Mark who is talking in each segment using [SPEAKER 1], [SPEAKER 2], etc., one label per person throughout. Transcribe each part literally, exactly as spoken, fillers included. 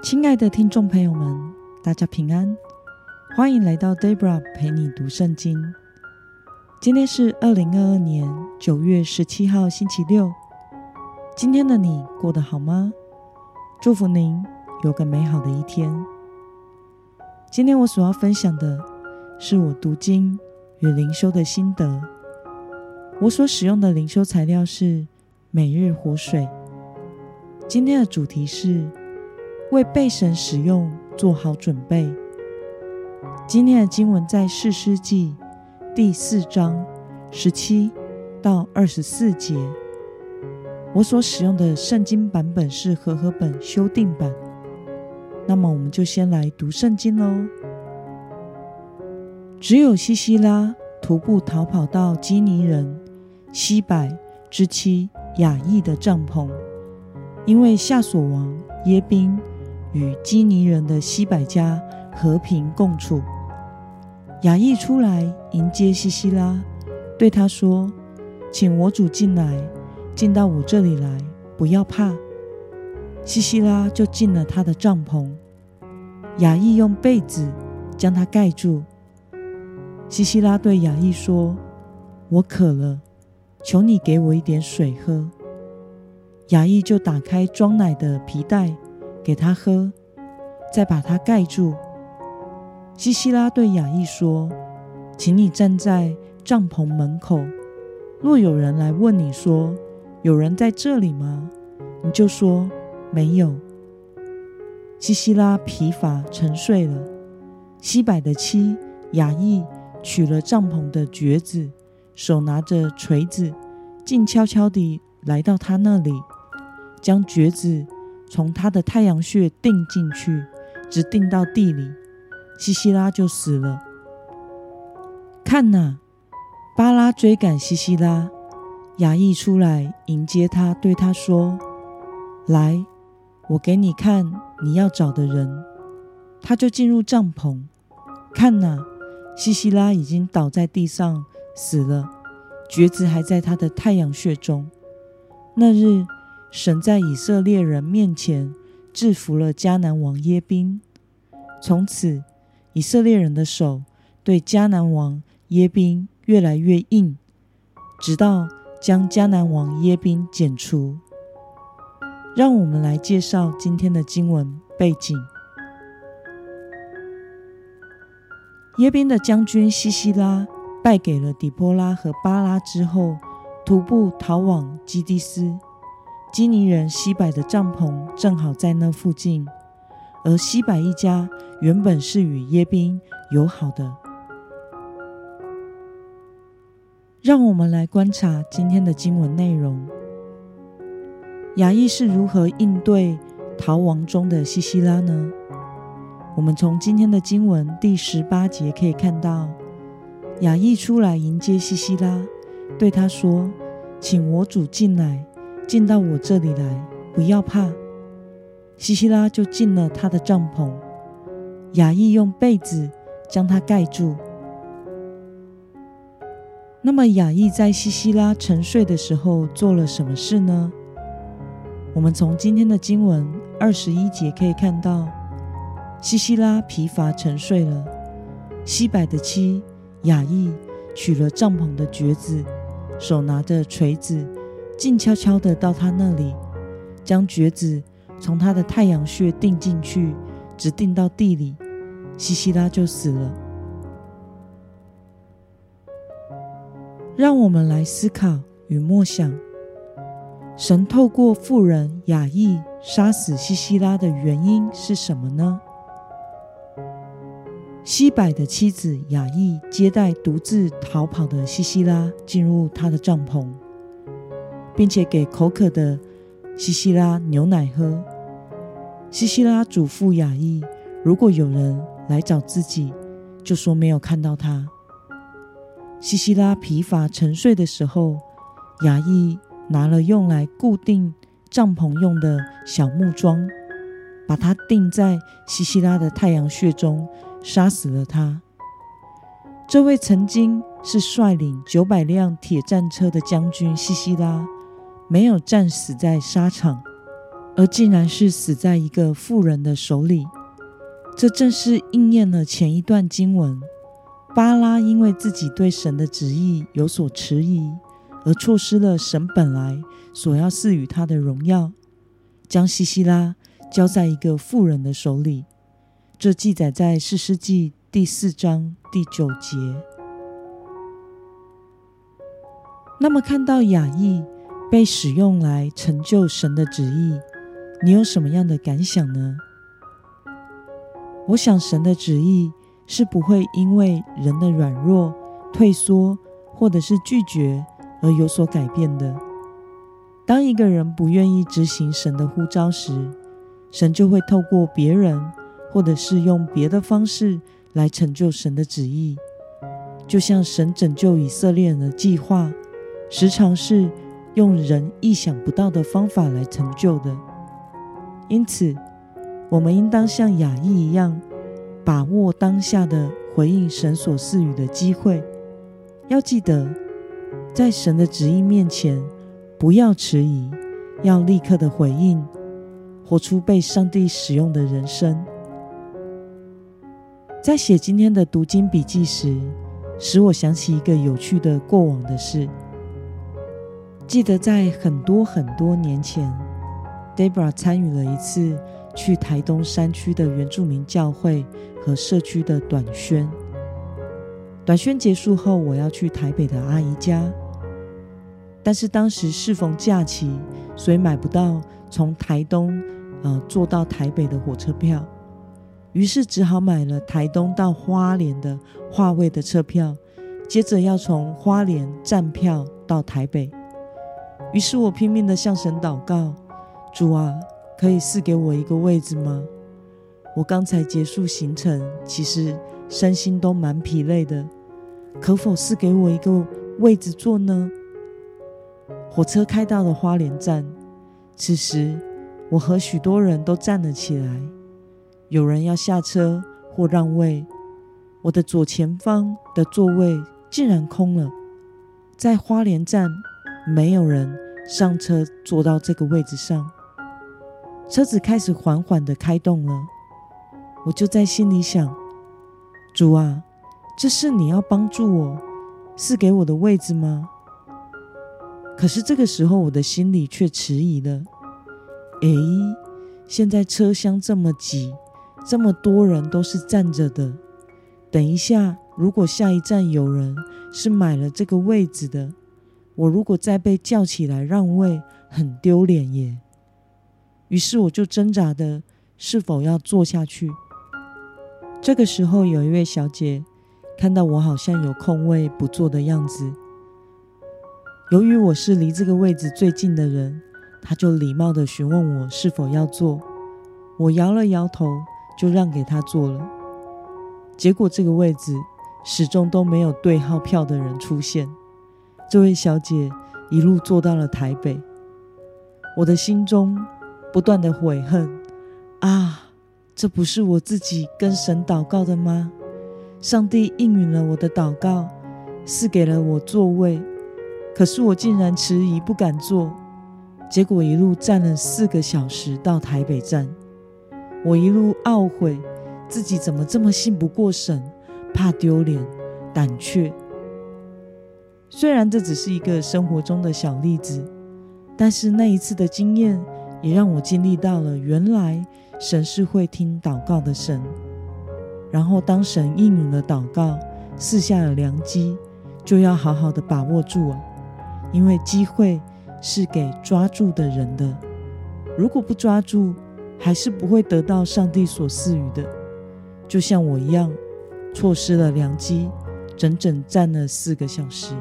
[SPEAKER 1] 亲爱的听众朋友们，大家平安，欢迎来到 Debra 陪你读圣经。今天是二零二二年九月十七号星期六。今天的你过得好吗？祝福您有个美好的一天。今天我所要分享的是我读经与灵修的心得。我所使用的灵修材料是每日活水。今天的主题是为被神使用做好准备。今天的经文在士师记第四章十七到二十四节。我所使用的圣经版本是和合本修订版。那么我们就先来读圣经咯。只有西西拉徒步逃跑到基尼人西百之妻雅亿的帐篷，因为夏所王耶宾与基尼人的西百家和平共处。雅亿出来迎接西西拉，对他说：请我主进来，进到我这里来，不要怕。西西拉就进了他的帐篷，雅亿用被子将他盖住。西西拉对雅亿说：我渴了，求你给我一点水喝。雅亿就打开装奶的皮带给他喝，再把他盖住。西西拉对雅亿说：请你站在帐篷门口，若有人来问你说有人在这里吗？你就说没有。西西拉疲乏沉睡了。西百的妻雅亿取了帐篷的橛子，手拿着锤子，静悄悄地来到他那里，将橛子从他的太阳穴钉进去，直钉到地里，西西拉就死了。看哪，巴拉追赶西西拉，雅亿出来迎接他，对他说：来，我给你看你要找的人。他就进入帐篷，看哪，西西拉已经倒在地上死了，橛子还在他的太阳穴中。那日神在以色列人面前制服了迦南王耶宾，从此以色列人的手对迦南王耶宾越来越硬，直到将迦南王耶宾剪除。让我们来介绍今天的经文背景。耶宾的将军西西拉败给了底波拉和巴拉之后，徒步逃往基低斯。基尼人西百的帐篷正好在那附近，而西百一家原本是与耶宾友好的。让我们来观察今天的经文内容。雅亿是如何应对逃亡中的西西拉呢？我们从今天的经文第十八节可以看到，雅亿出来迎接西西拉，对他说：请我主进来，进到我这里来，不要怕。西西拉就进了他的帐篷，雅亿用被子将他盖住。那么雅亿在西西拉沉睡的时候做了什么事呢？我们从今天的经文二十一节可以看到，西西拉疲乏沉睡了。西百的妻雅亿取了帐篷的橛子，手拿着锤子，静悄悄地到他那里，将橛子从他的太阳穴钉进去，直钉到地里，西西拉就死了。让我们来思考与默想，神透过妇人雅亿杀死西西拉的原因是什么呢？西百的妻子雅亿接待独自逃跑的西西拉进入他的帐篷，并且给口渴的西西拉牛奶喝。西西拉嘱咐雅亿，如果有人来找自己，就说没有看到他。西西拉疲乏沉睡的时候，雅亿拿了用来固定帐篷用的小木桩，把它钉在西西拉的太阳穴中，杀死了他。这位曾经是率领九百辆铁战车的将军西西拉，没有战死在沙场， 而竟然是死在一个妇人的手里。这正是应验了前一段经文，巴拉因为自己对神的旨意有所迟疑，而错失了神本来所要赐予他的荣耀，将西西拉交在一个妇人的手里。这记载在士师记第四章第九节。那么看到雅意被使用来成就神的旨意，你有什么样的感想呢？我想神的旨意是不会因为人的软弱、退缩或者是拒绝而有所改变的。当一个人不愿意执行神的呼召时，神就会透过别人或者是用别的方式来成就神的旨意。就像神拯救以色列人的计划，时常是用人意想不到的方法来成就的。因此我们应当像雅意一样，把握当下的回应神所赐予的机会。要记得，在神的旨意面前，不要迟疑，要立刻的回应，活出被上帝使用的人生。在写今天的读经笔记时，使我想起一个有趣的过往的事。记得在很多很多年前， Deborah 参与了一次去台东山区的原住民教会和社区的短宣。短宣结束后，我要去台北的阿姨家，但是当时适逢假期，所以买不到从台东、呃、坐到台北的火车票，于是只好买了台东到花莲的划位的车票，接着要从花莲站票到台北。于是我拼命的向神祷告，主啊，可以赐给我一个位置吗？我刚才结束行程，其实身心都蛮疲累的，可否赐给我一个位置坐呢？火车开到了花莲站，此时我和许多人都站了起来，有人要下车或让位，我的左前方的座位竟然空了。在花莲站，没有人上车坐到这个位置上。车子开始缓缓地开动了，我就在心里想，主啊，这是你要帮助我赐给我的位置吗？可是这个时候我的心里却迟疑了。诶，现在车厢这么挤，这么多人都是站着的，等一下如果下一站有人是买了这个位置的，我如果再被叫起来让位，很丢脸耶。于是我就挣扎的是否要坐下去。这个时候有一位小姐看到我好像有空位不坐的样子，由于我是离这个位置最近的人，她就礼貌地询问我是否要坐。我摇了摇头，就让给她坐了。结果这个位置始终都没有对号票的人出现，这位小姐一路坐到了台北。我的心中不断的悔恨啊，这不是我自己跟神祷告的吗？上帝应允了我的祷告，赐给了我座位，可是我竟然迟疑不敢坐，结果一路站了四个小时到台北站。我一路懊悔自己怎么这么信不过神，怕丢脸，胆怯。虽然这只是一个生活中的小例子，但是那一次的经验也让我经历到了原来神是会听祷告的神。然后当神应允了祷告，赐下了良机，就要好好的把握住啊，因为机会是给抓住的人的，如果不抓住，还是不会得到上帝所赐予的。就像我一样，错失了良机，整整站了四个小时。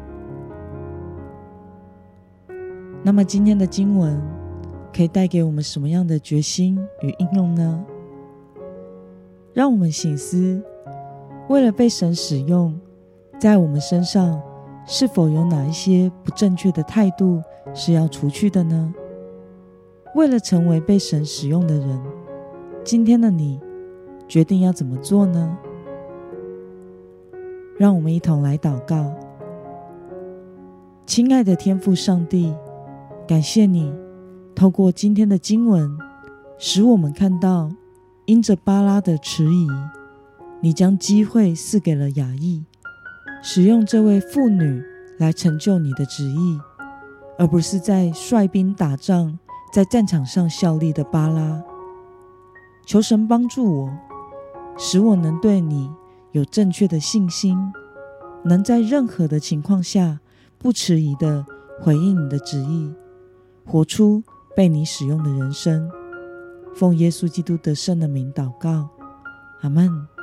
[SPEAKER 1] 那么今天的经文可以带给我们什么样的决心与应用呢？让我们省思，为了被神使用，在我们身上是否有哪一些不正确的态度是要除去的呢？为了成为被神使用的人，今天的你决定要怎么做呢？让我们一同来祷告。亲爱的天父上帝，感谢你透过今天的经文，使我们看到，因着巴拉的迟疑，你将机会赐给了雅意，使用这位妇女来成就你的旨意，而不是在率兵打仗，在战场上效力的巴拉。求神帮助我，使我能对你有正确的信心，能在任何的情况下不迟疑地回应你的旨意，活出被你使用的人生。奉耶稣基督得胜的名祷告，阿们。